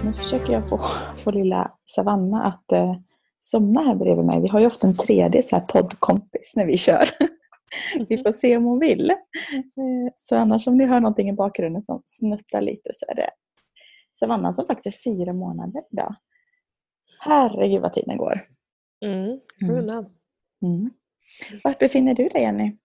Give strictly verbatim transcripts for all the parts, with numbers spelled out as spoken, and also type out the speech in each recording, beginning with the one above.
Nu försöker jag få, få lilla Savanna att eh, somna här bredvid mig. Vi har ju ofta en tredje så här poddkompis när vi kör. Vi får se om hon vill. Eh, så annars om ni hör någonting i bakgrunden som snuttar lite så är det Savanna som faktiskt är fyra månader idag. Herregud vad tiden går. Mm. Mm. Mm. Vart befinner du dig, Jenny?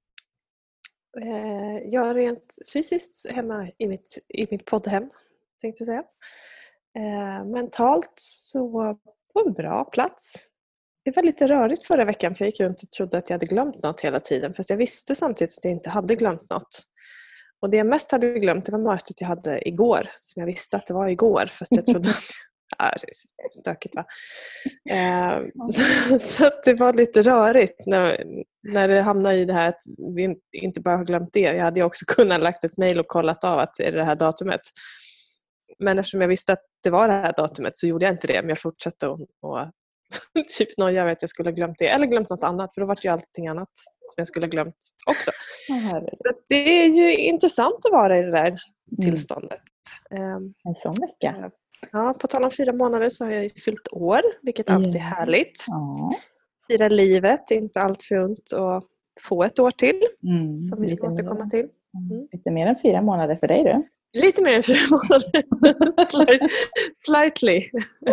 Eh, jag är rent fysiskt hemma i mitt, i mitt poddhem, tänkte jag säga. Eh, mentalt så på en bra plats. Det var lite rörigt förra veckan för jag gick runt och trodde att jag hade glömt något hela tiden. Fast jag visste samtidigt att jag inte hade glömt något. Och det jag mest hade glömt det var mötet jag hade igår. Som jag visste att det var igår fast jag trodde att ja, det är stökigt va. Eh, så, så att det var lite rörigt när, när det hamnade i det här att vi inte bara har glömt det. Jag hade ju också kunnat lagt ett mejl och kollat av att det är det här datumet. Men eftersom jag visste att det var det här datumet så gjorde jag inte det. Men jag fortsatte och, och typ noja vet att jag skulle ha glömt det. Eller glömt något annat för då var det ju allting annat som jag skulle ha glömt också. Oh, så det är ju intressant att vara i det där mm. tillståndet. En sån vecka. Ja, på tal om fyra månader så har jag ju fyllt år, vilket alltid är härligt. Ja. Fira livet, det är inte allt för ont att få ett år till, mm, som vi ska återkomma till. Mm. Lite mer än fyra månader för dig du? Lite mer än fyra månader, Slight, slightly.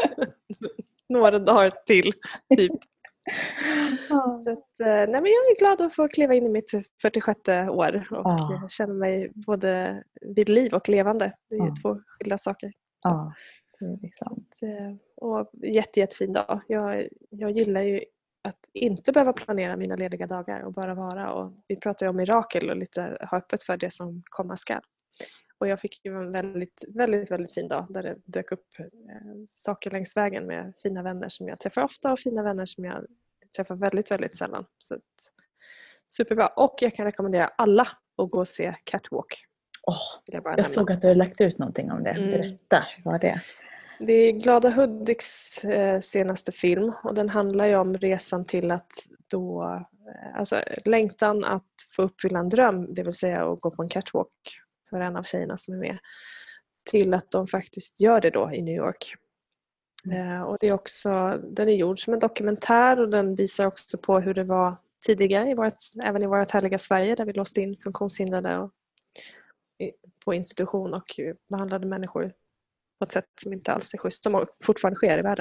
Några dagar till, typ. Ja. Så att, nej, men jag är glad att få kliva in i mitt fyrtiosjätte år och ja. jag känner mig både vid liv och levande. Det är ju ja. två skilda saker. Så. Ja. Liksom. Och jätte, jättefin dag. Jag, jag gillar ju att inte behöva planera mina lediga dagar och bara vara. Och vi pratar ju om mirakel och lite ha öppet för det som komma skall. Och jag fick ju en väldigt, väldigt, väldigt fin dag där det dök upp eh, saker längs vägen med fina vänner som jag träffar ofta och fina vänner som jag träffar väldigt, väldigt sällan. Så att, superbra. Och jag kan rekommendera alla att gå och se Catwalk. Oh, jag, jag såg att du har lagt ut någonting om det. Mm. Berätta, vad är det? Det är Glada Hudiks eh, senaste film och den handlar ju om resan till att då, eh, alltså längtan att få uppfylla en dröm, det vill säga att gå på en catwalk för en av tjejerna som är med, till att de faktiskt gör det då i New York. Mm. Eh, och det är också, den är gjord som en dokumentär och den visar också på hur det var tidigare, i vårt, även i vårt härliga Sverige där vi låste in funktionshindrade och, i, på institution och behandlade människor på ett sätt som inte alls är schysst, som fortfarande sker i världen.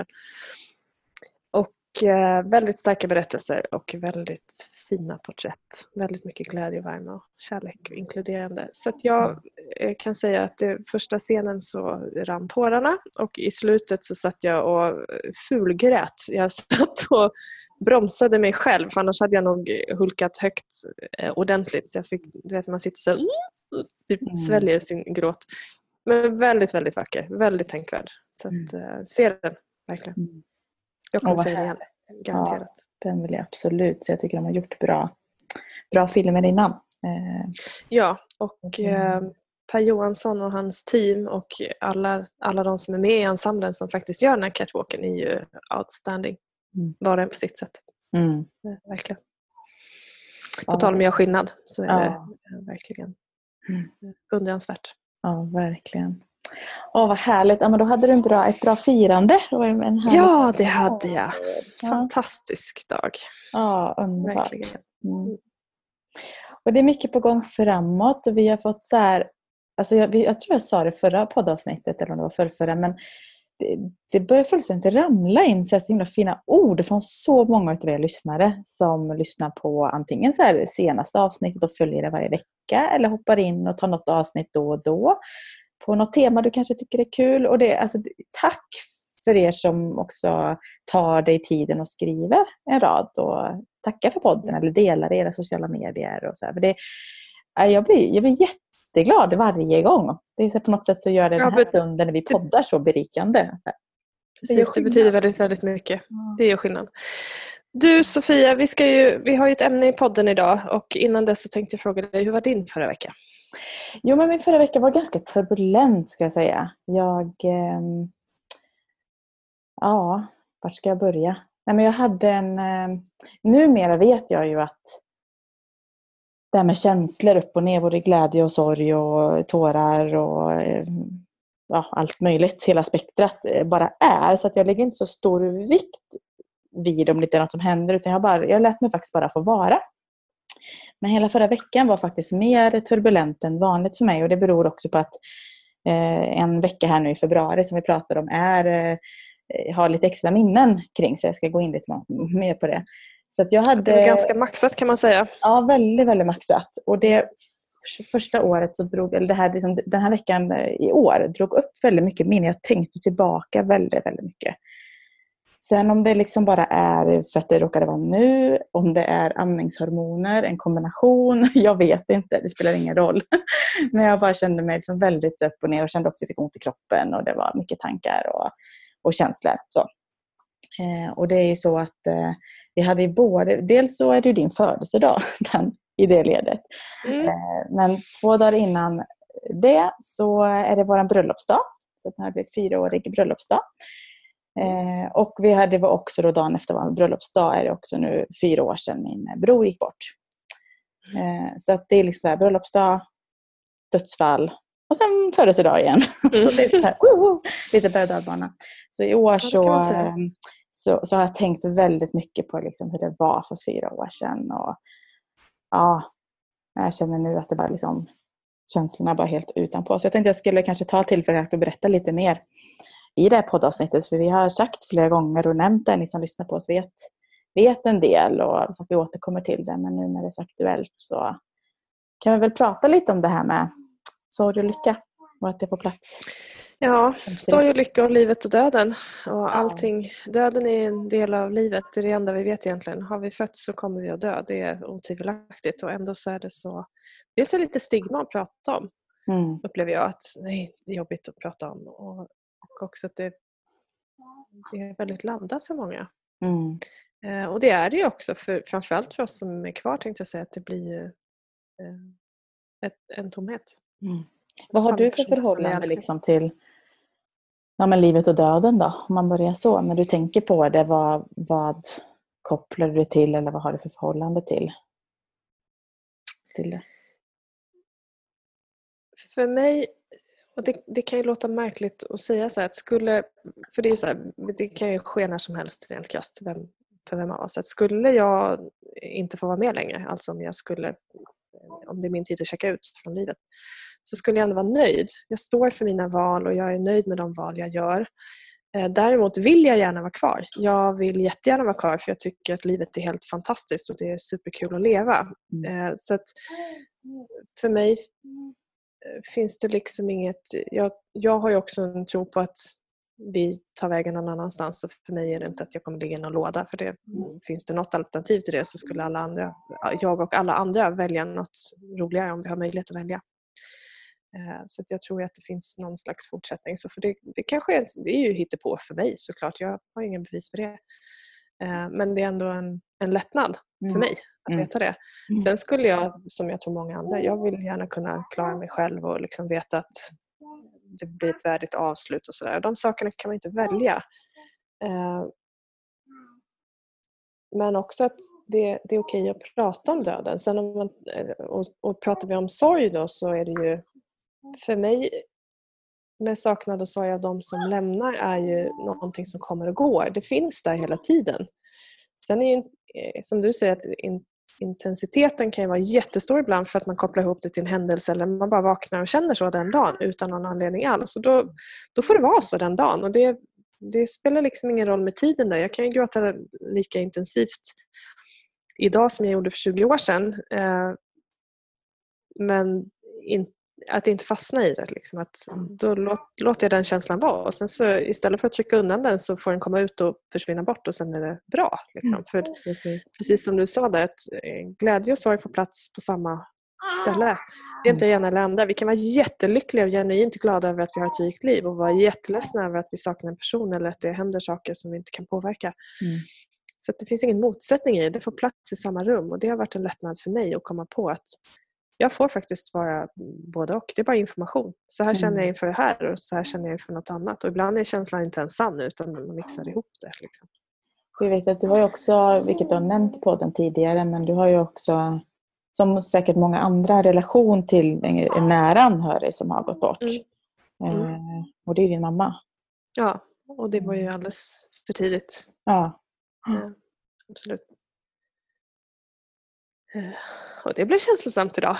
Och eh, väldigt starka berättelser och väldigt fina porträtt. Väldigt mycket glädje, värme och kärlek och inkluderande. Så att jag eh, kan säga att det första scenen så rann tårarna och i slutet så satt jag och fulgrät. Jag satt och bromsade mig själv för annars hade jag nog hulkat högt eh, ordentligt. Så jag fick, du vet man sitter så här, typ sväljer sin gråt. Men väldigt, väldigt vacker. Väldigt tänkvärd. Så att, mm. se den, verkligen. Mm. Jag kommer se den igen. Garanterat. Ja, den vill jag absolut. Så jag tycker de har gjort bra, bra filmer innan. Eh. Ja, och eh, Per Johansson och hans team och alla, alla de som är med i ensemblen som faktiskt gör den här catwalken är ju outstanding. Mm. Var den på sitt sätt. Mm. Eh, verkligen. På ja. tal om att göra skillnad så är ja. det verkligen mm. beundransvärt. Ja, verkligen. Åh, vad härligt. Ja, men då hade du en bra, ett bra firande. Det var en härlig... Ja, det hade jag. Fantastisk dag. Ja, underbart. Mm. Och det är mycket på gång framåt. Och vi har fått så här... Alltså jag, jag tror jag sa det förra poddavsnittet, eller om det var förra, förra men det, det börjar fullständigt ramla in så, här så himla fina ord från så många av er lyssnare som lyssnar på antingen så här senaste avsnittet och följer det varje vecka eller hoppar in och tar något avsnitt då och då på något tema du kanske tycker är kul. Och det, alltså, tack för er som också tar dig tiden och skriver en rad och tackar för podden eller delar i era sociala medier och så här. För det, jag, blir, jag blir jätteglad varje gång. Det är så på något sätt så gör det den här stunden när vi poddar så berikande. Precis, det betyder väldigt, väldigt mycket. Det är skillnad. Du Sofia, vi, ska ju, vi har ju ett ämne i podden idag och innan dess så tänkte jag fråga dig, hur var din förra vecka? Jo, men min förra vecka var ganska turbulent ska jag säga. Jag, eh, ja, vart ska jag börja? Nej, men jag hade en, eh, numera vet jag ju att det här med känslor upp och ner, både glädje och sorg och tårar och eh, ja, allt möjligt, hela spektrat bara är. Så att jag lägger inte så stor vikt vid om det är något som händer, utan jag, bara, jag lät mig faktiskt bara få vara. Men hela förra veckan var faktiskt mer turbulent än vanligt för mig, och det beror också på att eh, en vecka här nu i februari som vi pratar om är, eh, har lite extra minnen kring, så jag ska gå in lite mer på det. Så att jag hade, det är ganska maxat kan man säga. Ja, väldigt, väldigt maxat. Och det första året så drog, eller det här, liksom, den här veckan i år drog upp väldigt mycket minnen. Jag tänkte tillbaka väldigt, väldigt mycket. Sen om det liksom bara är för att det råkade vara nu, om det är amningshormoner, en kombination, jag vet inte, det spelar ingen roll. Men jag bara kände mig liksom väldigt upp och ner och kände också att jag fick ont i kroppen och det var mycket tankar och, och känslor. Så. Eh, och det är ju så att eh, vi hade ju både, dels så är det ju din födelsedag den, i det ledet. Mm. Eh, men två dagar innan det så är det vår bröllopsdag. Så det här blir fyraårig bröllopsdag. Eh, och vi hade var också då dagen efter vår bröllopsdag är det också nu fyra år sedan min bror gick bort. Eh, så att det är liksom här, bröllopsdag, dödsfall och sen födelsedag igen. Mm. Så det är så här, uh, lite berg-och-dalbana. Så i år så, ja, så, så har jag tänkt väldigt mycket på liksom hur det var för fyra år sedan. Och ja, jag känner nu att det bara liksom, känslorna bara helt utanpå. Så jag tänkte jag skulle kanske ta tillfället och berätta lite mer i det här poddavsnittet. För vi har sagt flera gånger och nämnt det, ni som lyssnar på oss vet, vet en del och så att vi återkommer till det. Men nu när det är så aktuellt så kan vi väl prata lite om det här med sorg och lycka och att det får plats. Ja, sorg och lycka och livet och döden och allting. Döden är en del av livet, det är det enda vi vet egentligen. Har vi fötts så kommer vi att dö, det är otvivelaktigt. Och ändå så är det så, det är så lite stigma att prata om. Mm. Upplever jag att nej, det är jobbigt att prata om. Och, och också att det, det är väldigt laddat för många. Mm. Eh, och det är det ju också, för, framförallt för oss som är kvar tänkte jag säga att det blir ju eh, ett, en tomhet. Mm. Vad har du för förhållande liksom till ja, men livet och döden då? Om man börjar så. När du tänker på det, vad, vad kopplar du till eller vad har du för förhållande till, till det? För mig, och det, det kan ju låta märkligt att säga så här, att skulle, för det är ju så här, det kan ju ske när som helst rent krasst vem, för vem av oss. Att skulle jag inte få vara med längre, alltså om jag skulle, om det är min tid att checka ut från livet, så skulle jag ändå vara nöjd. Jag står för mina val och jag är nöjd med de val jag gör. Däremot vill jag gärna vara kvar. Jag vill jättegärna vara kvar för jag tycker att livet är helt fantastiskt och det är superkul att leva. Mm. Så att för mig finns det liksom inget... Jag, jag har ju också en tro på att vi tar vägen någon annanstans, och för mig är det inte att jag kommer ligga i någon låda, för det finns det något alternativ till det så skulle alla andra, jag och alla andra välja något roligare om vi har möjlighet att välja. Så att jag tror att det finns någon slags fortsättning. Så för det, det kanske är, det är ju hittepå för mig såklart. Jag har ingen bevis för det. Men det är ändå en, en lättnad för mm. mig att mm. veta det. Mm. Sen skulle jag, som jag tror många andra, jag vill gärna kunna klara mig själv och liksom veta att det blir ett värdigt avslut och sådär. De sakerna kan man inte välja. Men också att det, det är okej att prata om döden. Sen om man, och, och pratar vi om sorg då, så är det ju för mig med saknad och sorg av de som lämnar är ju någonting som kommer och går. Det finns där hela tiden. Sen är ju, som du säger, att in, intensiteten kan ju vara jättestor ibland för att man kopplar ihop det till en händelse eller man bara vaknar och känner så den dagen utan någon anledning alls. Och då, då får det vara så den dagen. Och det, det spelar liksom ingen roll med tiden där. Jag kan ju gråta lika intensivt idag som jag gjorde för tjugo år sedan. Eh, men inte att inte fastna i det. Liksom. Att då låt, låter jag den känslan vara. Och sen så istället för att trycka undan den så får den komma ut och försvinna bort och sen är det bra. Liksom. Mm, för precis. precis som du sa där, att glädje och sorg får plats på samma ställe. Det är inte ena eller andra. Vi kan vara jättelyckliga och genuint glada över att vi har ett rikt liv och vara jätteledsna över att vi saknar en person eller att det händer saker som vi inte kan påverka. Mm. Så att det finns ingen motsättning i det. Det får plats i samma rum och det har varit en lättnad för mig att komma på att jag får faktiskt vara både och. Det är bara information. Så här känner jag inför det här och så här känner jag inför något annat. Och ibland är känslan inte ens sann utan man mixar ihop det. Liksom. Jag vet att du har ju också, vilket du har nämnt på den tidigare, men du har ju också, som säkert många andra, relation till en nära anhörig som har gått bort. Mm. Mm. Eh, och det är din mamma. Ja, och det var ju alldeles för tidigt. Ja. Eh, absolut. Eh, och det blev känslosamt idag.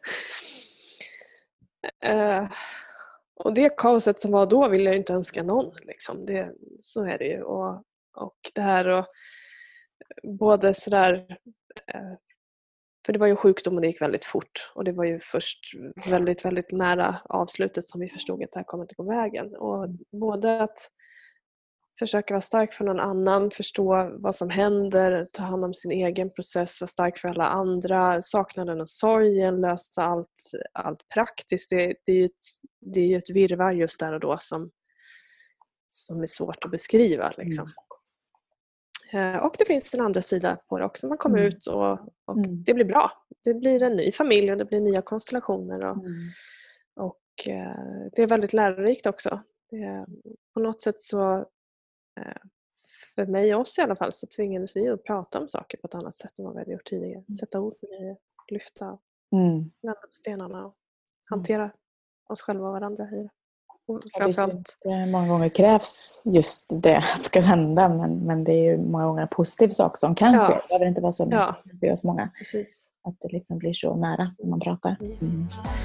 eh, och det kaoset som var då vill jag inte önska någon. Liksom. Det, så är det ju. Och, och det här och både sådär... Eh, för det var ju sjukdom och det gick väldigt fort. Och det var ju först väldigt, väldigt nära avslutet som vi förstod att det här kommer inte gå vägen. Och både att försöka vara stark för någon annan, förstå vad som händer, ta hand om sin egen process, vara stark för alla andra, saknaden och sorgen, lösa allt, allt praktiskt. Det, det är ju ett, det är ju ett virrvarr just där och då som, som är svårt att beskriva. Liksom. Mm. Och det finns en andra sida på det också. Man kommer mm. ut och, och mm. det blir bra. Det blir en ny familj och det blir nya konstellationer. Och, mm. och det är väldigt lärorikt också. Det, på något sätt så för mig och oss i alla fall så tvingades vi att prata om saker på ett annat sätt än vad vi hade gjort tidigare. Sätta ord på grejer, lyfta, mm. vända på stenarna och hantera mm. oss själva och varandra i det. Och framförallt... Det många gånger krävs just det att ska hända, men, men det är ju många gånger en positiv sak som kan ske. Ja. Det behöver inte vara så, men ja. Så det oss många. Precis. Att det liksom blir så nära när man pratar. Mm.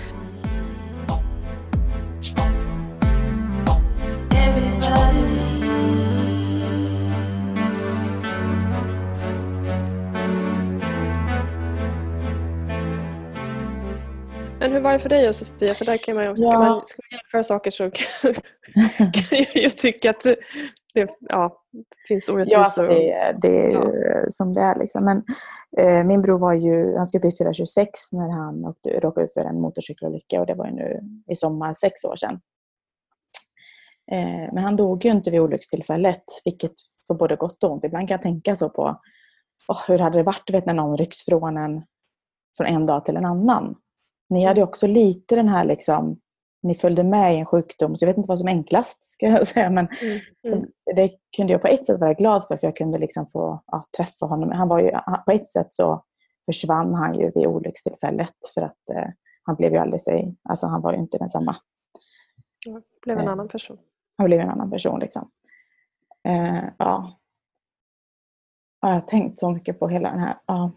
Men hur var det för dig och Sofia? För där kan man, ska, ja. man, ska man jämföra saker så kan jag ju tycka att det ja, finns orättvisor. Ja, alltså det, det är ju ja. Som det är. Liksom. Men eh, min bror var ju, han skulle bli fyra tjugosex när han åkte, råkade ut för en motorcykelolycka. Och det var ju nu i sommar, sex år sedan. Eh, men han dog ju inte vid olyckstillfället, vilket för både gott och ont. Ibland kan jag tänka så på oh, hur hade det varit vet, när någon rycks från en från en dag till en annan. Ni hade också lite den här liksom, ni följde med i en sjukdom, så jag vet inte vad som är enklast ska jag säga, men mm, mm. det kunde jag på ett sätt vara glad för, för jag kunde liksom få ja, träffa honom. Han var ju, på ett sätt så försvann han ju vid olyckstillfället för att eh, han blev ju aldrig sig, alltså han var ju inte densamma. Ja, blev en eh, annan person. Han blev en annan person liksom. Eh, ja. Jag har tänkt så mycket på hela den här, ja.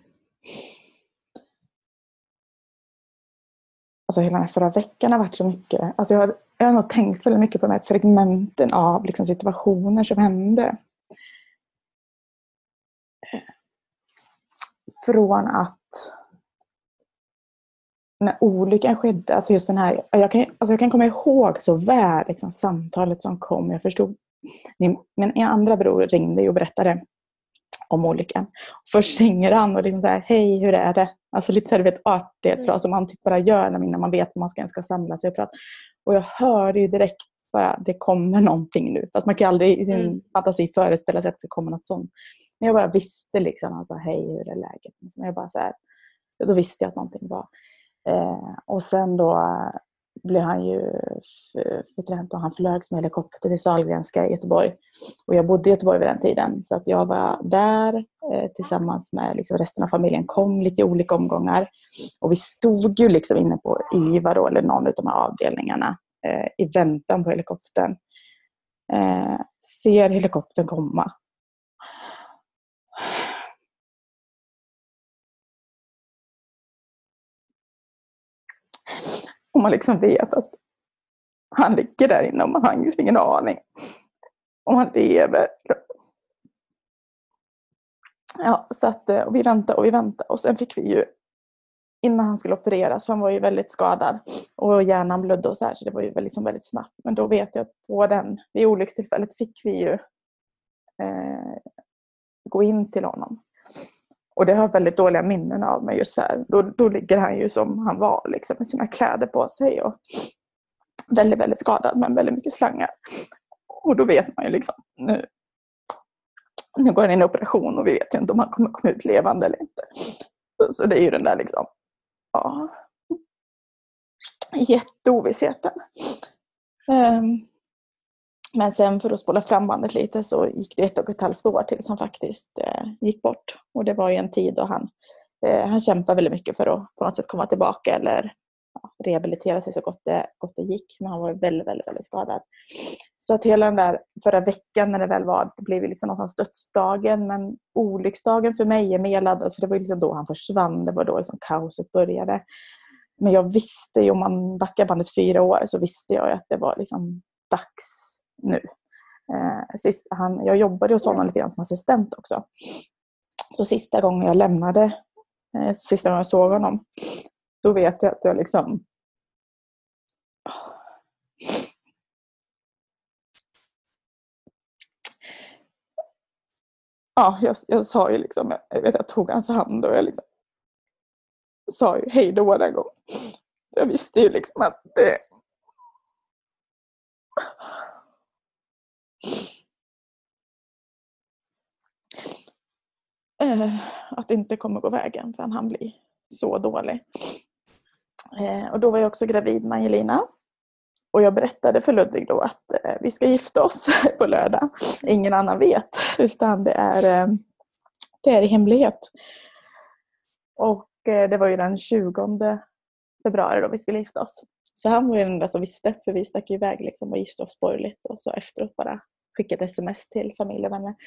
Alltså hela den här förra veckan har varit så mycket. Alltså jag, har, jag har nog tänkt väldigt mycket på de här fragmenten av liksom situationer som hände. Från att när olyckan skedde, alltså just den här, jag kan, alltså jag kan komma ihåg så väl liksom, samtalet som kom. Jag förstod, min, min andra bror ringde och berättade om olyckan. Först ringer han och liksom så här, hej, hur är det? Alltså lite så här, du vet, artighetsfras som man typ bara gör när man vet att man ska, ska samla sig och prata. Och jag hörde ju direkt bara, det kommer någonting nu. Fast man kan aldrig i sin mm. fantasi föreställa sig att det ska komma något sånt. Men jag bara visste liksom, han sa, hej, hur är läget? Men jag bara så här, då visste jag att någonting var. Eh, och sen då blev han ju förtränt och han flög som helikopter till Sahlgrenska i Göteborg. Och jag bodde i Göteborg vid den tiden. Så att jag var där eh, tillsammans med liksom resten av familjen. Kom lite i olika omgångar. Och vi stod ju liksom inne på I V A då, eller någon av de här avdelningarna. Eh, I väntan på helikoptern. Eh, ser helikoptern komma. Och man liksom vet att han ligger där inne och man har ingen aning om han lever. Ja, så att och vi väntade och vi väntade. Och sen fick vi ju, innan han skulle opereras, för han var ju väldigt skadad. Och hjärnan blödde och så här, så det var ju väldigt, liksom väldigt snabbt. Men då vet jag att på den, vid olyckstillfället fick vi ju eh, gå in till honom. Och det har jag väldigt dåliga minnen av mig just så här. Då, då ligger han ju som han var liksom, med sina kläder på sig och väldigt, väldigt skadad men väldigt mycket slangar. Och då vet man ju liksom, nu, nu går han in i operation och vi vet inte om han kommer komma ut levande eller inte. Så, så det är ju den där liksom, ja, jätteovissheten. Um, men sen för att spola fram bandet lite så gick det ett och ett halvt år tills han faktiskt eh, gick bort. Och det var ju en tid då han, eh, han kämpade väldigt mycket för att på något sätt komma tillbaka eller ja, rehabilitera sig så gott det, gott det gick. Men han var väldigt, väldigt, väldigt skadad. Så att hela den där förra veckan när det väl var, det blev liksom någonstans dödsdagen. Men olycksdagen för mig är mer laddad. För det var liksom då han försvann. Det var då liksom kaoset började. Men jag visste ju, om man backar bandet fyra år, så visste jag att det var liksom dags nu. Eh, sist, han, jag jobbade hos honom lite grann som assistent också. Så sista gången jag lämnade, eh, sista gången jag såg honom, då vet jag att jag liksom... Ja, jag, jag sa ju liksom, jag vet jag tog hans hand och jag liksom sa ju hej då den gången. Jag visste ju liksom att det... Eh, att det inte kommer gå vägen förrän han blir så dålig. Eh, och då var jag också gravid med Angelina. Och jag berättade för Ludvig då att eh, vi ska gifta oss på lördag. Ingen annan vet, utan det är, eh, det är i hemlighet. Och eh, det var ju den tjugonde februari då vi skulle gifta oss. Så han var ju den enda som visste, för vi stack iväg liksom och gifte oss borgerligt. Och så efteråt bara skickade ett sms till familj och vänner.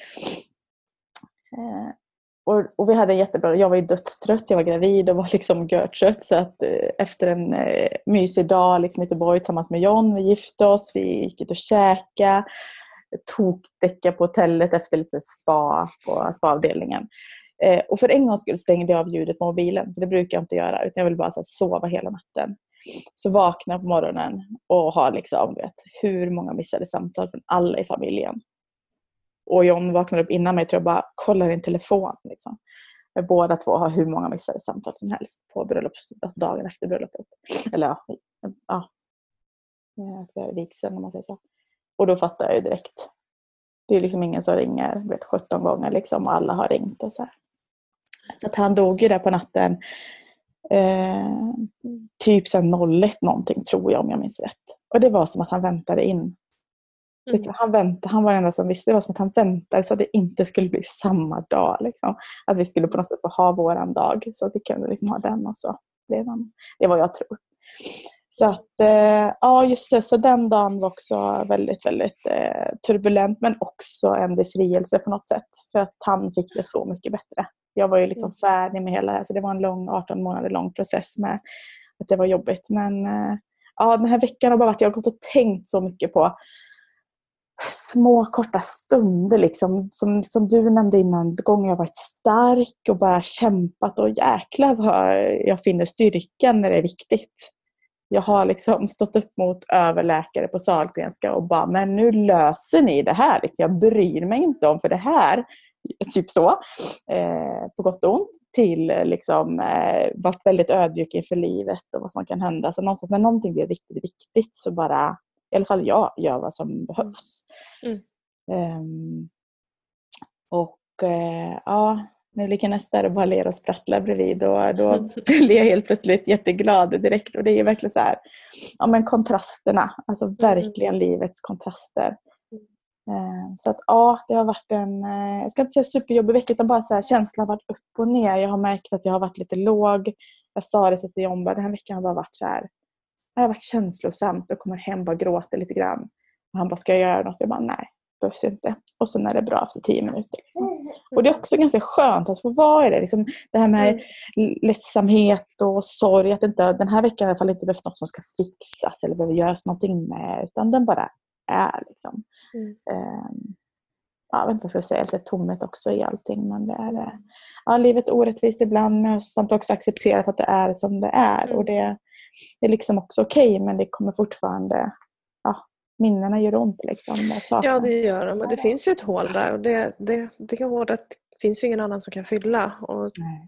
Eh, och, och vi hade jättebra, jag var ju dödstrött, jag var gravid och var liksom görtrött. Så att eh, efter en eh, mysig dag liksom i Göteborg tillsammans med John, vi gifte oss, vi gick ut och käka, tokdäcka på hotellet efter lite spa på spaavdelningen. Eh, och för en gång skulle stängde jag av ljudet på mobilen, för det brukar jag inte göra, utan jag vill bara så här, sova hela natten. Så vaknar på morgonen och har liksom, vet, hur många missade samtal från alla i familjen. Och John vaknar upp innan mig, tror jag, bara kollar din telefon. Liksom. Båda två har hur många missade samtal som helst på bröllops, alltså dagen efter bröllopet. Eller ja, ja. Jag är vigseln om man säger så. Och då fattar jag ju direkt. Det är liksom ingen som ringer, vet, sjutton gånger liksom, och alla har ringt och så här. Så att han dog ju där på natten. Eh, typ sen noll ett någonting, tror jag, om jag minns rätt. Och det var som att han väntade in. Mm. Vet du, han, väntade, han var den enda som visste. Det var som att han väntade så att det inte skulle bli samma dag. Liksom. Att vi skulle på något sätt ha våran dag. Så att vi kunde liksom ha den och så blev han. Det var jag tror. Så att, eh, ja just det. Så den dagen var också väldigt, väldigt eh, turbulent. Men också en befrielse på något sätt. För att han fick det så mycket bättre. Jag var ju liksom färdig med hela det här. Så det var en lång, arton månader lång process med att det var jobbigt. Men eh, ja, den här veckan har bara varit, jag har gått och tänkt så mycket på små korta stunder liksom, som, som du nämnde innan, gånger jag varit stark och bara kämpat och jäklar vad jag finner styrkan när det är viktigt. Jag har liksom stått upp mot överläkare på Sahlgrenska och bara, men nu löser ni det här. Liksom, jag bryr mig inte om för det här. Typ så. Eh, på gott och ont. Till liksom eh, varit väldigt ödmjuk inför livet och vad som kan hända. Så någonstans när någonting blir riktigt viktigt så bara, i alla fall jag gör vad som behövs. Mm. Um, och uh, ja, nu ligger nästa och bara ler och sprattlar bredvid och då blir jag helt plötsligt jätteglad direkt. Och det är verkligen så här, ja men kontrasterna, alltså verkligen mm. livets kontraster. Uh, så att ja, det har varit en, uh, jag ska inte säga superjobbig vecka, utan bara så här, känslan har varit upp och ner. Jag har märkt att jag har varit lite låg. Jag sa det så att jag jobbar, den här veckan har bara varit så här. Jag har varit känslosamt och kommer hem och bara gråter lite grann. Och han bara, ska jag göra något? Jag bara, nej, behövs inte. Och sen är det bra efter tio minuter. Liksom. Och det är också ganska skönt att få vara i det. Liksom, det här med mm. lättsamhet och sorg. Att inte, den här veckan i alla fall inte behövs något som ska fixas eller behöver göras någonting med. Utan den bara är. Liksom. Mm. Um, ja, jag vet inte vad jag ska säga. Lite tomhet också i allting. Men det är, ja, livet är orättvist ibland. Men samt också accepterat att det är som det är. Mm. Och det Det är liksom också okej, okay, men det kommer fortfarande, ja, minnena gör ont liksom. Ja, det gör de. Och det finns ju ett hål där och det, det, det hålet finns ju ingen annan som kan fylla. Och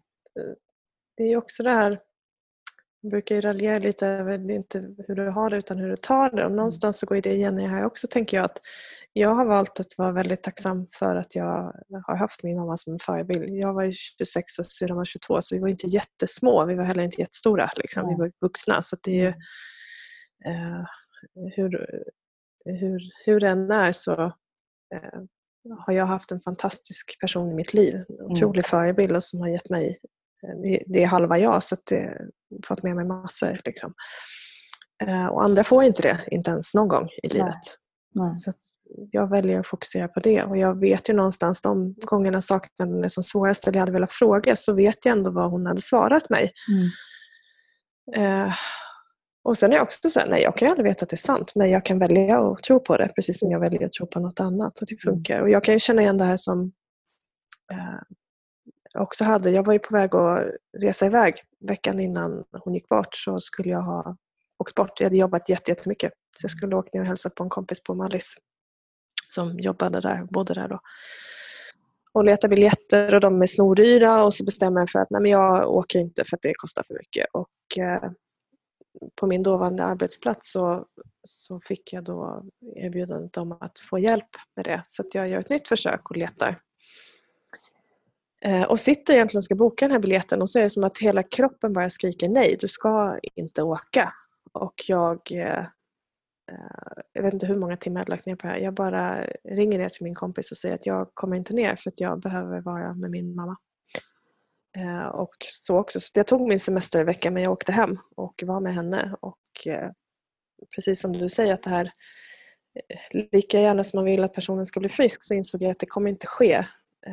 det är ju också det här, jag brukar ju raljera lite över det är inte hur du har det utan hur du tar det. Och någonstans så går det igen i här också, tänker jag, att jag har valt att vara väldigt tacksam för att jag har haft min mamma som en förebild. Jag var ju tjugosex och syrran var tjugotvå, så vi var inte jättesmå. Vi var heller inte jättestora. Liksom. Vi var vuxna. Så det är ju, eh, hur, hur, hur den är så eh, har jag haft en fantastisk person i mitt liv. En otrolig mm. förebild som har gett mig, det, det är halva jag. Så att det, fått med mig massor. Liksom. Eh, och andra får inte det, inte ens någon gång i livet. Nej. Nej. Så att jag väljer att fokusera på det. Och jag vet ju någonstans de gångerna saknaden är som svårast eller jag hade velat fråga, så vet jag ändå vad hon hade svarat mig. Mm. Eh, och sen är jag också så här, nej jag kan ju aldrig veta att det är sant, men jag kan välja att tro på det precis som jag väljer att tro på något annat. Och det funkar. Och jag kan ju känna igen det här som eh, jag också hade. Jag var ju på väg att resa iväg veckan innan hon gick bort, så skulle jag ha åkt bort. Jag hade jobbat jättemycket, så jag skulle åka ner och hälsa på en kompis på Mallis som jobbade där, bodde där då. Och leta biljetter och de är snordyra, och så bestämmer jag för att nej, men jag åker inte för att det kostar för mycket. Och eh, på min dåvarande arbetsplats så, så fick jag då erbjudandet om att få hjälp med det. Så att jag gör ett nytt försök och letar. Eh, och sitter egentligen och ska boka den här biljetten, och så är det som att hela kroppen bara skriker nej, du ska inte åka. Och jag... Eh, jag vet inte hur många timmar jag har lagt ner på det här. Jag bara ringer ner till min kompis och säger att jag kommer inte ner för att jag behöver vara med min mamma. Och så också. Så jag tog min semestervecka, men jag åkte hem och var med henne. Och precis som du säger, att det här lika gärna som man vill att personen ska bli frisk, så insåg jag att det kommer inte ske.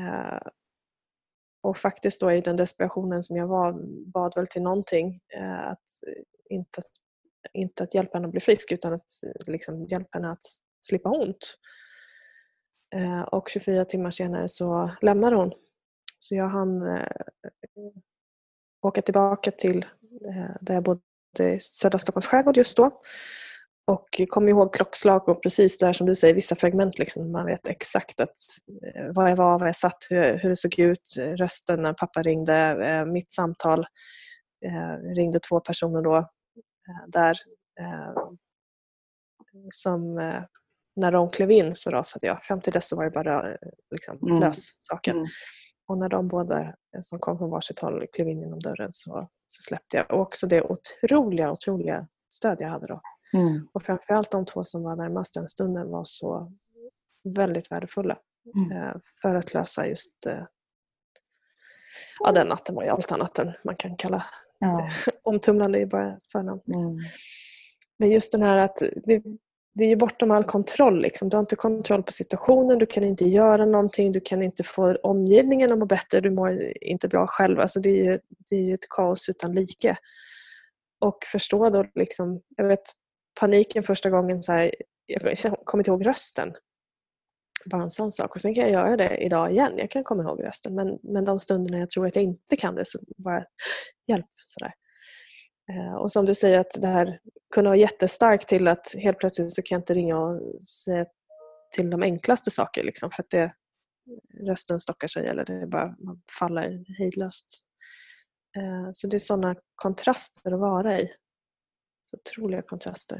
Och faktiskt då i den desperationen som jag var, bad väl till någonting, att inte att Inte att hjälpa henne att bli frisk, utan att liksom hjälpa henne att slippa ont. Eh, och tjugofyra timmar senare så lämnade hon. Så jag hann eh, åka tillbaka till eh, där jag bodde i södra Stockholms skärgård just då. Och kom ihåg klockslag och precis där som du säger, vissa fragment liksom, man vet exakt att, eh, vad jag var, vad jag satt, hur, hur det såg ut, rösten när pappa ringde, eh, mitt samtal. Eh, ringde två personer då. Där eh, som eh, när de klev in så rasade jag. Fram till dess så var det bara liksom, Mm. lös saken. Mm. Och när de båda som kom från varsitt håll klev in genom dörren så, så släppte jag. Och också det otroliga, otroliga stöd jag hade då. Mm. Och framförallt de två som var närmast den stunden var så väldigt värdefulla. Mm. Eh, för att lösa just eh, ja, den natten var ju allt annat än man kan kalla Ja. omtumlande i bara förnamn. Liksom. Mm. Men just den här att det, det är ju bortom all kontroll. Liksom. Du har inte kontroll på situationen, du kan inte göra någonting, du kan inte få omgivningen att må bättre, du mår inte bra själv. Alltså det är ju, det är ju ett kaos utan like. Och förstå då liksom, jag vet paniken första gången så här, jag kommer inte ihåg rösten. Bara en sån sak. Och sen kan jag göra det idag igen. Jag kan komma ihåg rösten. Men, men de stunderna jag tror att jag inte kan det, så bara hjälp. Sådär. Eh, och som du säger, att det här kunde vara jättestarkt till att helt plötsligt så kan jag inte ringa och säga till de enklaste saker. Liksom, för att det, rösten stockar sig eller det bara, man faller hejdlöst. Eh, så det är sådana kontraster att vara i. Så otroliga kontraster.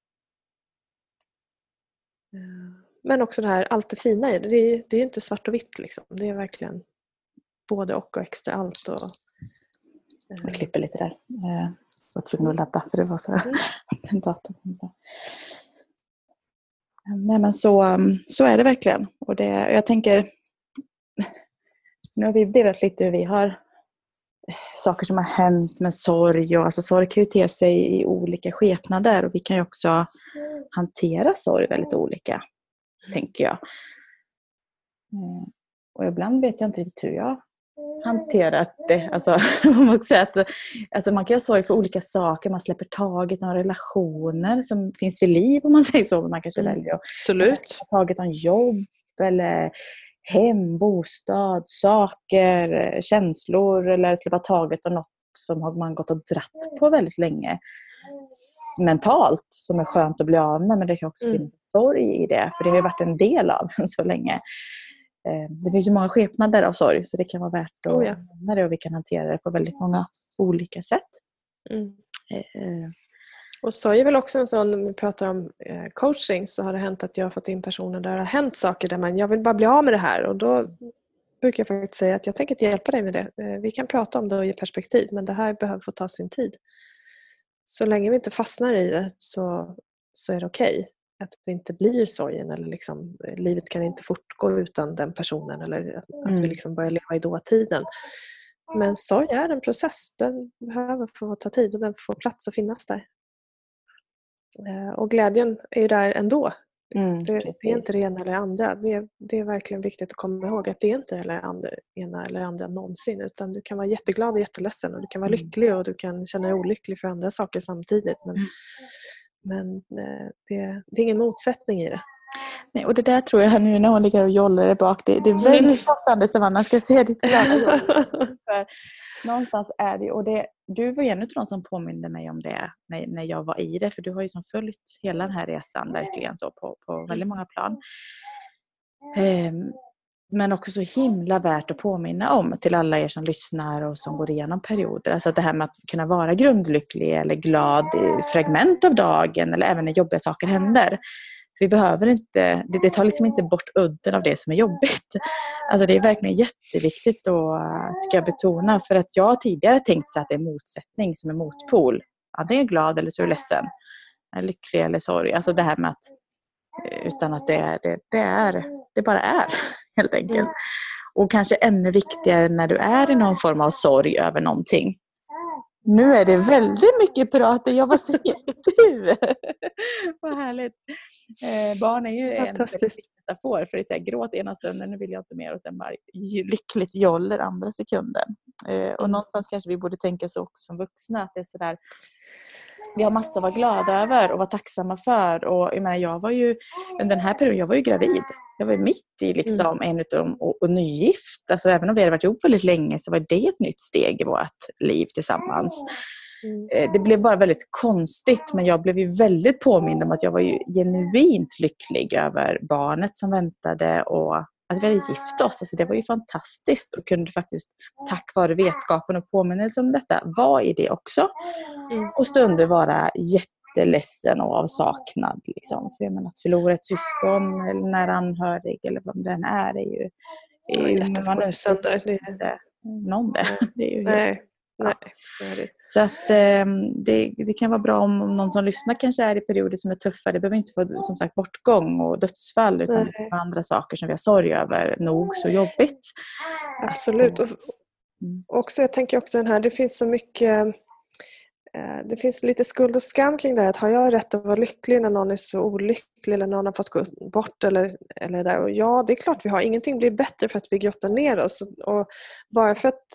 Eh. Men också det här, allt det fina i det. Det är, det är ju inte svart och vitt. Liksom. Det är verkligen både och och extra allt. Och, eh. Jag klipper lite där. Jag var tvungen att ladda för det var så här. Mm. datorn. Nej, men så, så är det verkligen. Och det, jag tänker, nu har vi delat lite hur vi har saker som har hänt med sorg. Och, alltså, sorg kan ju te sig i olika skepnader. Och vi kan ju också hantera sorg väldigt olika. Tänker jag. Och ibland vet jag inte riktigt hur jag hanterar det. Alltså, man, måste säga att, alltså man kan ha sorg för olika saker. Man släpper taget om relationer som finns vid liv, om man säger så. Man kanske mm. väljer att Absolut. släppa taget om jobb eller hem, bostad, saker, känslor, eller släppa taget om något som har man gått och dratt på väldigt länge. Mentalt, som är skönt att bli av med, men det kan också mm. finnas sorg i det, för det har ju varit en del av en så länge. Det finns ju många skepnader av sorg, så det kan vara värt att oh, ja. nämna det, och vi kan hantera det på väldigt många olika sätt. Mm. Eh. Och sorg är väl också en sån, när vi pratar om eh, coaching, så har det hänt att jag har fått in personer där det har hänt saker där man, jag vill bara bli av med det här, och då brukar jag faktiskt säga att jag tänker inte hjälpa dig med det. Eh, vi kan prata om det och ge perspektiv, men det här behöver få ta sin tid. Så länge vi inte fastnar i det så, så är det okej. Okay. Att vi inte blir sorgen, eller liksom, livet kan inte fortgå utan den personen, eller att, mm. att vi liksom börjar leva i dåtiden. Men sorg är en process. Den behöver få ta tid och den får plats att finnas där. Och glädjen är ju där ändå. Mm, det, det är inte det ena eller andra. Det är, det är verkligen viktigt att komma ihåg att det är inte det andra, ena eller andra någonsin. Utan du kan vara jätteglad och jätteledsen. Och du kan vara Mm. lycklig och du kan känna dig olycklig för andra saker samtidigt. Men, Mm. men det, det är ingen motsättning i det. Nej, och det där tror jag nu när hon ligger och jollar där bak. Det, det är väldigt passande som man ska se ditt glada jobb. För någonstans är det, och det, du var en av de som påminde mig om det när, när jag var i det. För du har ju som följt hela den här resan verkligen så på, på väldigt många plan. Um, men också så himla värt att påminna om till alla er som lyssnar och som går igenom perioder. Alltså det här med att kunna vara grundlycklig eller glad i fragment av dagen eller även när jobbiga saker händer. Vi behöver inte, det, det tar liksom inte bort udden av det som är jobbigt. Alltså det är verkligen jätteviktigt att tycker jag, betona. För att jag har tidigare tänkt så att det är motsättning som är motpol. Antingen är glad eller så är du ledsen. Lycklig eller sorg. Alltså det här med att utan att det, det, det, är, det bara är helt enkelt. Mm. Och kanske ännu viktigare när du är i någon form av sorg över någonting. Nu är det väldigt mycket prat. Jag var säger du? Vad härligt. Eh, barn är ju en metafor för det är gråt ena stunden, nu vill jag inte mer och sen bara lyckligt joller andra sekunden. Eh, och någonstans kanske vi borde tänka så också som vuxna att det är sådär vi har massor att vara glada över och vara tacksamma för. Och jag menar, jag var ju under den här perioden, jag var ju gravid. Jag var mitt i liksom mm. en utav dem och, och nygift. Alltså även om vi hade varit ihop väldigt länge så var det ett nytt steg i vårt liv tillsammans. Mm. Det blev bara väldigt konstigt, men jag blev ju väldigt påmind om att jag var ju genuint lycklig över barnet som väntade och att vi hade gift oss. Alltså det var ju fantastiskt och kunde faktiskt tack vare vetskapen och påminnelse om detta vara i det också. Mm. Och stunder vara jätteledsen och avsaknad. Liksom. För jag menar, att förlora ett syskon eller nära anhörig eller vad det än är, är ju... Är ju ja, man sönder. Det är inte någon det. Det är ju Nej. Helt, Nej, ja. Så är det. Så att eh, det, det kan vara bra om, om någon som lyssnar kanske är i perioder som är tuffa. Det behöver inte vara som sagt bortgång och dödsfall utan det kan vara andra saker som vi har sorg över. Nog så jobbigt. Absolut. Och också, jag tänker också den här, det finns så mycket, eh, det finns lite skuld och skam kring det här. Att har jag rätt att vara lycklig när någon är så olycklig eller någon har fått gå bort eller, eller där. Och ja, det är klart vi har. Ingenting blir bättre för att vi grottar ner oss. Och bara för att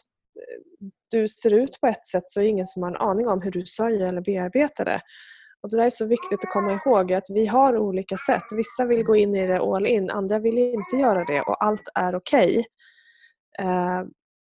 du ser ut på ett sätt så är det ingen som har en aning om hur du sörjer eller bearbetar det. Och det där är så viktigt att komma ihåg att vi har olika sätt. Vissa vill gå in i det all in, andra vill inte göra det och allt är okej. Uh,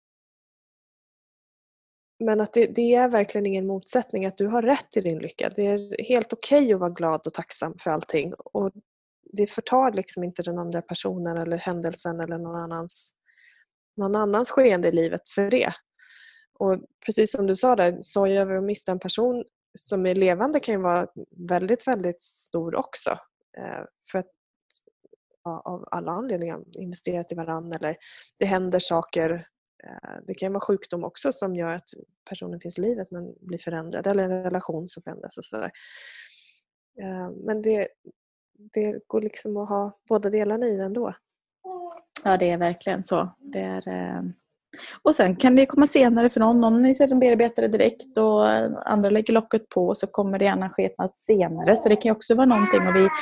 men att det, det är verkligen ingen motsättning att du har rätt i din lycka. Det är helt okej att vara glad och tacksam för allting. Och det förtar liksom inte den andra personen eller händelsen eller någon annans, någon annans skeende i livet för det. Och precis som du sa där, sorg över att mista en person som är levande kan ju vara väldigt, väldigt stor också. Eh, för att ja, av alla anledningar investerat i varandra eller det händer saker. Eh, det kan ju vara sjukdom också som gör att personen finns i livet men blir förändrad. Eller en relation som förändras och sådär. Eh, men det, det går liksom att ha båda delarna i den då. Ja, det är verkligen så. Det är... Eh... Och sen kan det komma senare för någon. Någon är som bearbetar det direkt och andra lägger locket på och så kommer det gärna skepnat senare. Så det kan också vara någonting. Och vi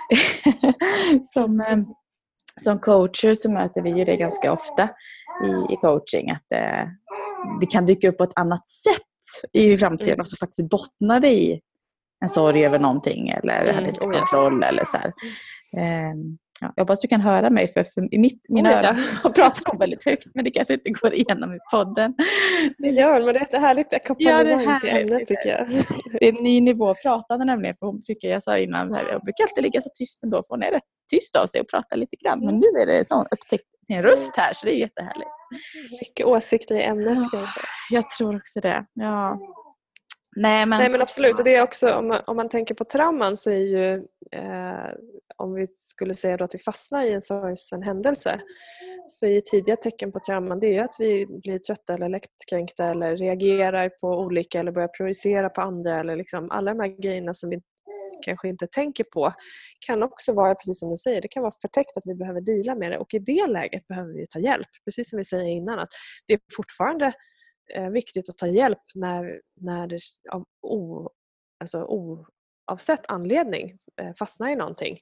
som, som coacher så möter vi ju det ganska ofta i, i coaching. Att det, det kan dyka upp på ett annat sätt i framtiden. Och så faktiskt bottnar det i en sorg över någonting. Eller mm. hade inte kontroll eller så här. Um, Ja, jag hoppas du kan höra mig för, för i mitt, mina oh, öron ja. pratar om väldigt högt men det kanske inte går igenom i podden. Det gör men det är härligt att koppla ja, igång till ämnet tycker jag. Det är en ny nivå pratande nämligen för hon brukar, jag sa innan här, jag brukar alltid ligga så tyst ändå för hon är rätt tyst av sig och pratar lite grann men nu är det sån upptäckt sin röst här så det är jättehärligt. Mycket åsikter i ämnet ja, kanske. Jag tror också det, ja. Nej men, Nej, men absolut och det är också om man, om man tänker på trauman så är ju eh, om vi skulle säga då att vi fastnar i en sorgsen händelse så är ju tidiga tecken på trauman det är ju att vi blir trötta eller lättkränkta eller reagerar på olika eller börjar projicera på andra eller liksom alla de här grejerna som vi kanske inte tänker på kan också vara precis som du säger, det kan vara förtäckt att vi behöver deala med det och i det läget behöver vi ta hjälp, precis som vi säger innan att det är fortfarande eh, viktigt att ta hjälp när, när det av o, alltså oavsett anledning eh, fastnar i någonting.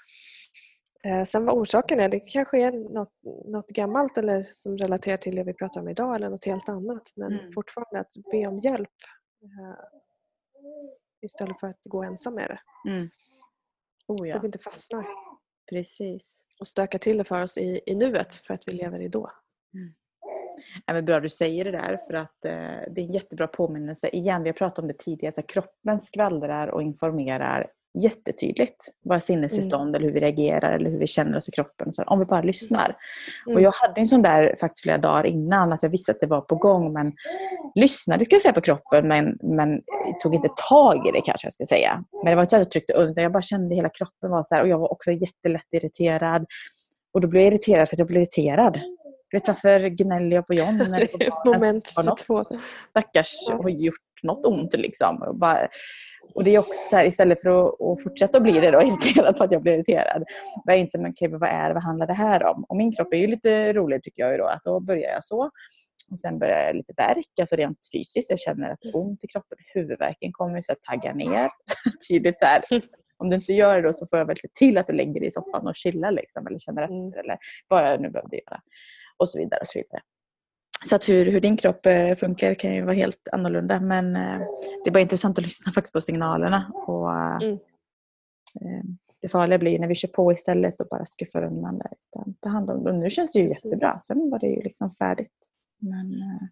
Eh, sen vad orsaken är, det kanske är något, något gammalt eller som relaterar till det vi pratar om idag eller något helt annat. Men Mm. fortfarande att be om hjälp eh, istället för att gå ensam med det. Mm. Oh, ja. Så att vi inte fastnar. Precis. Och stökar till det för oss i, i nuet för att vi lever i då. Mm. Ja, men bra du säger det där, för att eh, det är en jättebra påminnelse. Igen, vi har pratat om det tidigare, så kroppen skvallrar och informerar jättetydligt våra sinnestillstånd mm. eller hur vi reagerar eller hur vi känner oss i kroppen, så om vi bara lyssnar. Mm. Och jag hade en sån där faktiskt flera dagar innan, att jag visste att det var på gång, men lyssnade ska jag säga på kroppen, men, men tog inte tag i det kanske jag ska säga. Men det var inte så att jag tryckte under, jag bara kände hela kroppen var så här, och jag var också jättelätt irriterad. Och då blev jag irriterad för att jag blev irriterad. Vet varför gnäller jag på John? När det Moment tjugotvå. Stackars Ja. har gjort något ont liksom. Och, bara, och det är också så här, istället för att, att fortsätta att bli det då, irriterad för att jag blir irriterad. Jag inser, men okej, vad är det, vad handlar det här om? Och min kropp är ju lite rolig tycker jag ju då. Att då börjar jag så. Och sen börjar jag lite värk, alltså rent fysiskt. Jag känner att ont i kroppen, huvudvärken kommer så att tagga ner. Tydligt så här. Om du inte gör det då så får jag väl se till att du lägger dig i soffan och chillar liksom. Eller känner efter. Mm. Eller vad jag nu behövde göra. Och så vidare och så vidare. Så att hur, hur din kropp funkar kan ju vara helt annorlunda. Men eh, det är bara intressant att lyssna faktiskt på signalerna. Och mm. eh, det farliga blir när vi kör på istället och bara skuffar undan det. Utan ta hand om det. Och nu känns det ju Precis. Jättebra. Sen var det ju liksom färdigt. Men, eh,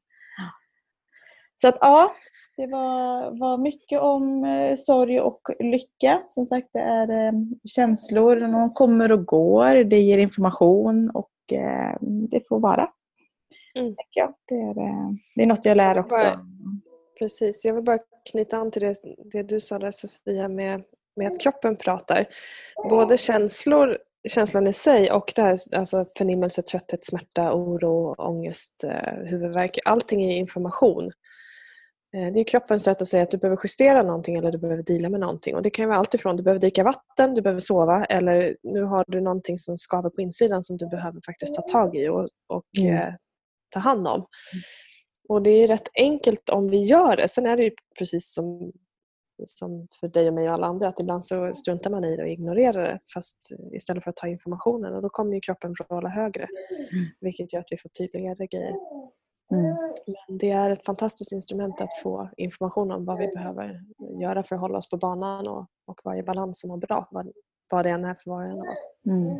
så att ja, det var, var mycket om eh, sorg och lycka. Som sagt, det är eh, känslor. De kommer och går. Det ger information och eh, det får vara. Mm. Jag. Det, är, eh, det är något jag lär också. Bara, precis, jag vill bara knyta an till det, det du sa där Sofia med, med att kroppen pratar. Både känslor, känslan i sig och det här, alltså förnimmelse, trötthet, smärta, oro, ångest, eh, huvudvärk. Allting är information. Det är kroppens sätt att säga att du behöver justera någonting eller du behöver deala med någonting. Och det kan vara allt ifrån du behöver dricka vatten, du behöver sova eller nu har du någonting som skaver på insidan som du behöver faktiskt ta tag i och, och mm. eh, ta hand om. Mm. Och det är rätt enkelt om vi gör det. Sen är det ju precis som, som för dig och mig och alla andra att ibland så struntar man i det och ignorerar det fast istället för att ta informationen. Och då kommer ju kroppen vråla högre. Mm. Vilket gör att vi får tydligare grejer. Mm. Men det är ett fantastiskt instrument att få information om vad vi behöver göra för att hålla oss på banan och, och vad är balans som är bra, vad, vad det än är för var och en av oss. Mm.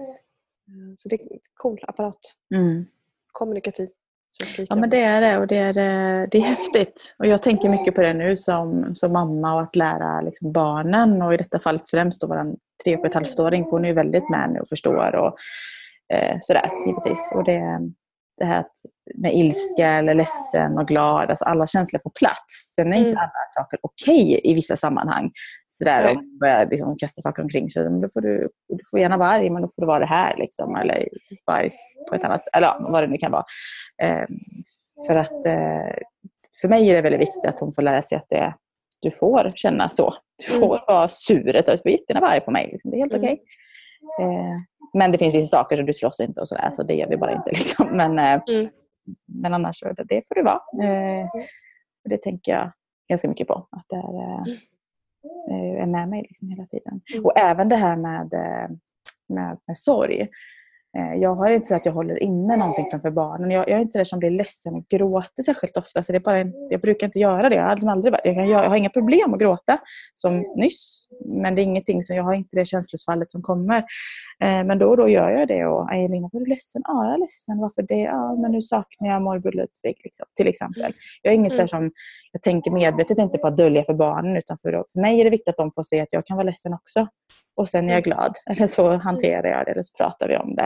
Så det är en cool apparat. Mm. Kommunikativ. Ja, men det är det och det är, det är häftigt. Och jag tänker mycket på det nu som, som mamma och att lära liksom barnen och i detta fallet främst då våran tre och ett halvt-åring för hon är ju väldigt med nu och förstår och eh, sådär givetvis. Och det det här med ilska eller ledsen och glad, alltså alla känslor får plats. Sen är inte mm. alla saker okej okay i vissa sammanhang. Sådär mm. och börjar liksom kasta saker omkring sig. Då får du, du får gärna vara arg, men då får du vara det här liksom. Eller vara på ett annat, eller ja, vad det nu kan vara. Eh, för att eh, för mig är det väldigt viktigt att hon får lära sig att det, du får känna så. Du får mm. vara sur, du får gärna vara arg på mig. Liksom. Det är helt mm. okej. Okay. Eh, Men det finns vissa saker som du slåss inte och sådär. Så det gör vi bara inte liksom. Men, mm. men annars det, det får det vara. Eh, det tänker jag ganska mycket på. Att det är, eh, är med mig liksom hela tiden. Mm. Och även det här med, med, med sorg. Eh, jag har inte så att jag håller inne någonting framför barnen. Jag, jag är inte där som blir ledsen och gråter särskilt ofta. Så det är bara en, jag brukar inte göra det. Jag har aldrig, aldrig jag, kan, jag har inga problem att gråta som nyss. Men det är ingenting som jag har inte det känslosfallet som kommer. Eh, men då och då gör jag det. Och Elina, var du ledsen? Ja, jag är ledsen. Varför det? Ja, men nu saknar jag morbror Ludvig liksom, till exempel. Jag är ingen mm. så som jag tänker medvetet inte på att dölja för barnen. Utan för, för mig är det viktigt att de får se att jag kan vara ledsen också. Och sen är jag glad. Eller så hanterar jag det. Eller så pratar vi om det.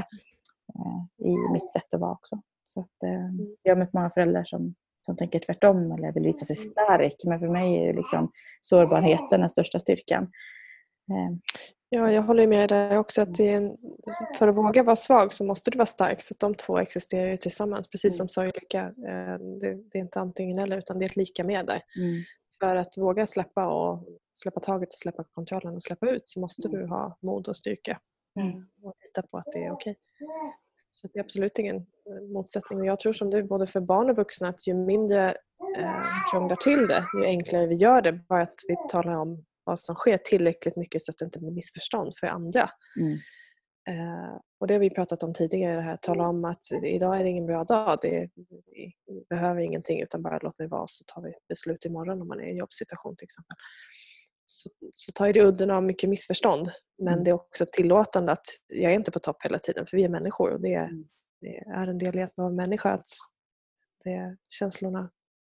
Eh, I mitt sätt att vara också. Så att, eh, jag har mött många föräldrar som, som tänker tvärtom. Eller vill visa sig stark. Men för mig är liksom sårbarheten den största styrkan. Eh. Ja, jag håller med dig också. Att det är en, för att våga vara svag så måste du vara stark. Så att de två existerar ju tillsammans. Precis som sorg och lycka. Eh, det, det är inte antingen eller. Utan det är ett lika med där. Mm. För att våga släppa och släppa taget och släppa kontrollen och släppa ut så måste du ha mod och styrka mm. och lita på att det är okej. Så det är absolut ingen motsättning. Och jag tror som du, både för barn och vuxna, att ju mindre eh, krånglar till det, ju enklare vi gör det. Bara att vi talar om vad som sker tillräckligt mycket så att det inte blir missförstånd för andra. Mm. Eh, och det har vi pratat om tidigare, det här. Tala om att idag är det ingen bra dag. Det, vi, vi behöver ingenting utan bara låt mig vara, så tar vi beslut imorgon om man är i en jobbsituation till exempel. Så, så tar det udden av mycket missförstånd. Men Mm. det är också tillåtande att jag är inte på topp hela tiden, för vi är människor och det, Mm. det är en del i att vara människa, att det, känslorna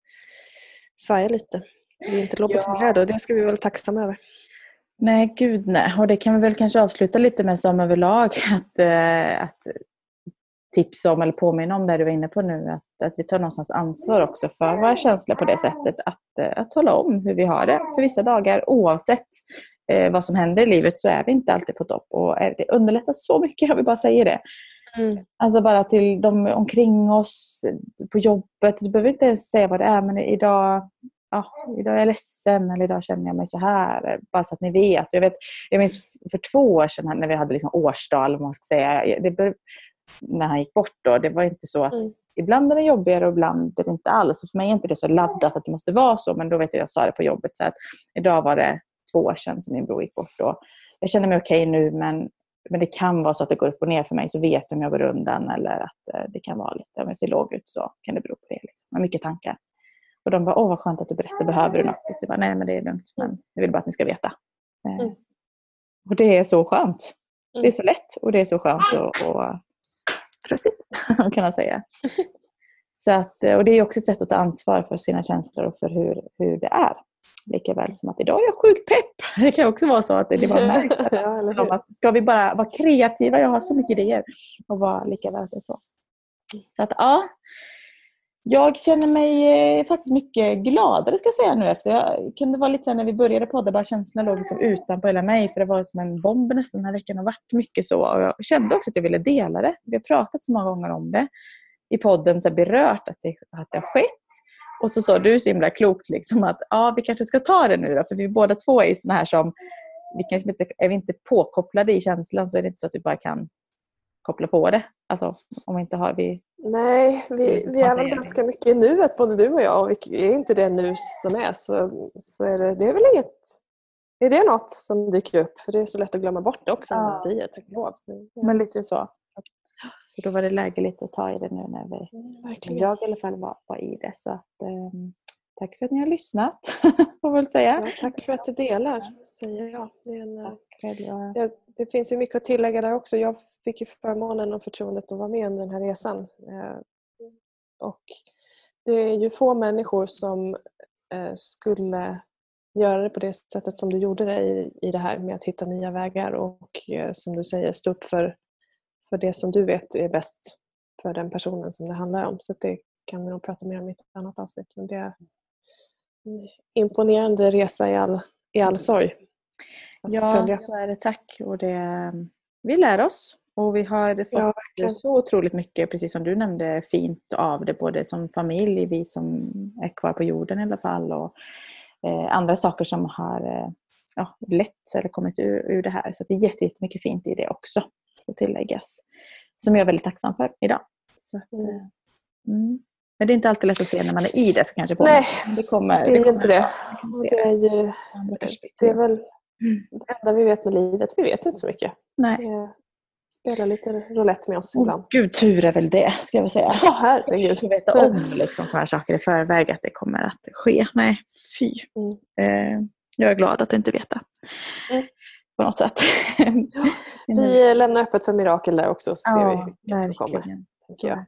svajar lite. Vi är inte lobotomerade och det ska vi vara tacksamma över. Nej, gud nej. Och det kan vi väl kanske avsluta lite med som överlag. Att, eh, att tipsa om eller påminna om det du var inne på nu. Att, att vi tar någonstans ansvar också för våra känslor på det sättet. Att, eh, att tala om hur vi har det. För vissa dagar, oavsett eh, vad som händer i livet, så är vi inte alltid på topp. Och är, det underlättar så mycket, jag vill bara säga det. Mm. Alltså bara till de omkring oss på jobbet. Du behöver inte ens säga vad det är, men idag... Ja, idag är jag ledsen eller idag känner jag mig så här. Bara så att ni vet. Jag, vet, jag minns för två år sedan när vi hade liksom årsdag, eller vad man ska säga. Det bör, när han gick bort då. Det var inte så att... Mm. Ibland är det jobbigare och ibland är det inte alls. Så för mig är inte det så laddat att det måste vara så. Men då vet jag, jag sa det på jobbet. Så att idag var det två år sedan som min bror gick bort. Då. Jag känner mig okej nu, men, men det kan vara så att det går upp och ner för mig. Så vet jag om jag går undan eller att det kan vara lite... Om jag ser låg ut så kan det bero på det. Liksom. Med mycket tankar. Och de bara, åh vad skönt att du berättar, behöver du något? Så jag bara, nej men det är lugnt, men jag vill bara att ni ska veta. Mm. Och det är så skönt. Mm. Det är så lätt och det är så skönt att och, och, kan jag säga. Så att, och det är också ett sätt att ta ansvar för sina känslor och för hur, hur det är. Lika väl som att idag är jag sjukt pepp. Det kan också vara så att det var märkt. Ja, eller hur? Att ska vi bara vara kreativa, jag har så mycket idéer. Och vara lika väl att det är så. Så att ja... Jag känner mig eh, faktiskt mycket gladare, ska jag säga nu efter. Jag kunde vara lite så när vi började podda, bara känslorna låg liksom utanpå hela mig. För det var som en bomb nästan den här veckan och varit mycket så. Och jag kände också att jag ville dela det. Vi har pratat så många gånger om det i podden, så berört att det, att det har skett. Och så sa du så himla klokt liksom att ja, vi kanske ska ta det nu då. För vi båda två är ju såna här som, vi kanske inte, är vi inte påkopplade i känslan så är det inte så att vi bara kan koppla på det. Alltså om vi inte har vi... Nej, vi, vi är väl ganska mycket i nuet, både du och jag. Och vi är inte det nu som är, så, så är det, det är väl inget... Är det något som dyker upp? För det är så lätt att glömma bort det också. Ja. När det är, men lite så. Så då var det läge lite att ta i det nu när vi... Mm, jag i alla fall var, var i det. Så att, um, tack för att ni har lyssnat, får väl säga. Ja, tack för att du delar, säger jag. Det, är en, det, det finns ju mycket att tillägga där också. Jag fick ju förmånen och förtroendet att vara med under den här resan. Och det är ju få människor som skulle göra det på det sättet som du gjorde det i, i det här med att hitta nya vägar och som du säger, stå upp för, för det som du vet är bäst för den personen som det handlar om. Så det kan vi nog prata mer om i ett annat avsnitt. Men det är en imponerande resa i all, i all sorg. Ja, följa. Så är det, tack. Och det, vi lär oss. Och vi har fått ja, så otroligt mycket, precis som du nämnde, fint av det. Både som familj, vi som är kvar på jorden i alla fall. Och eh, andra saker som har eh, ja, lett eller kommit ur, ur det här. Så det är jättemycket fint i det också, ska tilläggas. Som jag är väldigt tacksam för idag. Så att, mm. Mm. Men det är inte alltid lätt att se när man är i det. Så kanske på Nej, det, kommer, det är det kommer, inte det. Det är ju det är väl det enda vi vet med livet. Vi vet inte så mycket. Nej. Det spelar lite roulette med oss oh, ibland. Gud, tur är väl det, ska jag säga. Ja, herregud. Jag veta om liksom, sådana här saker i förväg att det kommer att ske. Nej, fy. Mm. Eh, jag är glad att inte veta. Mm. På något sätt. Ja, vi lämnar öppet för mirakel där också. Så ja, ser vi vilka som kommer. Ja.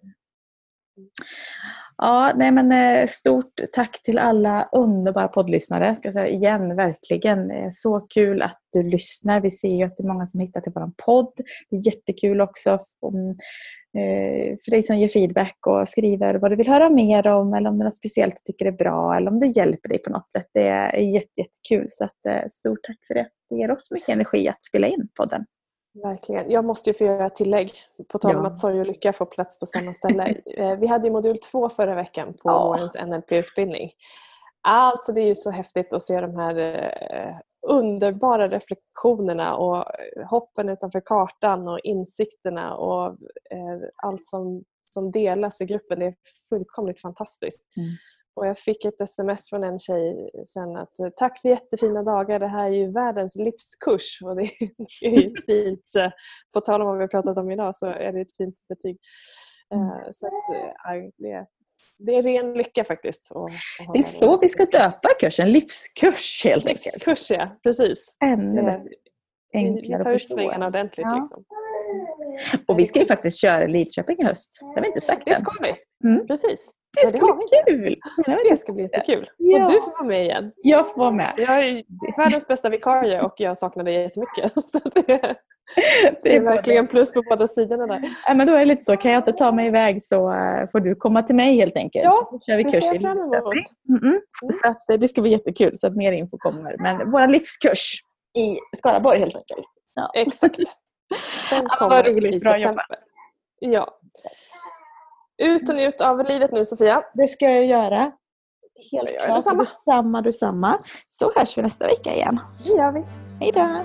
Ja, nej men stort tack till alla underbara poddlyssnare. Ska jag säga igen, verkligen. Så kul att du lyssnar. Vi ser ju att det är många som hittar till vår podd. Det är jättekul också om, för dig som ger feedback och skriver vad du vill höra mer om, eller om det är något speciellt du tycker är bra, eller om det hjälper dig på något sätt. Det är jätte, jättekul. Så att, stort tack för det. Det ger oss mycket energi att spela in podden. Verkligen. Jag måste ju få göra ett tillägg på tal om ja. att sorg och lycka får plats på samma ställe. Vi hade i modul två förra veckan på ja. vårens N L P-utbildning. Alltså det är ju så häftigt att se de här eh, underbara reflektionerna och hoppen utanför kartan och insikterna och eh, allt som, som delas i gruppen. Det är fullkomligt fantastiskt. Mm. Och jag fick ett sms från en tjej sen att tack för jättefina dagar, det här är ju världens livskurs. Och det är ju ett fint, på tal om vad vi har pratat om idag, så är det ett fint betyg. Så att, det, det är ren lycka faktiskt. Att, att det är så vi ska döpa kursen, livskurs helt enkelt. Livskurs, ja, precis. Ännu enklare vi tar ut svängarna ordentligt. Ja. Liksom. Och vi ska ju faktiskt köra Lidköping i höst. Det har vi inte sagt Det ska vi, mm. precis. Det ska bli kul. Det ska bli jättekul. Ja. Och du får vara med igen. Jag får vara med. Jag är världens bästa vikarie och jag saknar dig jättemycket. Så det, det, det är verkligen plus på båda sidorna där. Ja, men då är det lite så. Kan jag inte ta mig iväg så får du komma till mig helt enkelt. Ja, så kör vi det kurs ser jag fram emot. Mm-mm. Mm. Så att, det ska bli jättekul så att mer info kommer. Men vår livskurs i Skaraborg helt enkelt. Ja. Exakt. Den ja, vad roligt. Bra jobbat. Ja. Ut och njut av livet nu, Sofia. Det ska jag göra. Helt jag klart. Detsamma. Detsamma, detsamma. Så hörs vi nästa vecka igen. Det gör vi. Hej då.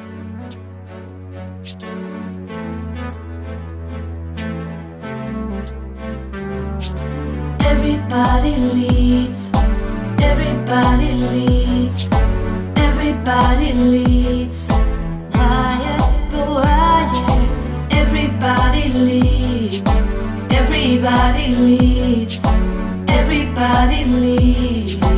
Everybody leads. Everybody leads. Everybody leads. Higher, go higher. Everybody leads. Everybody leads. Everybody leads.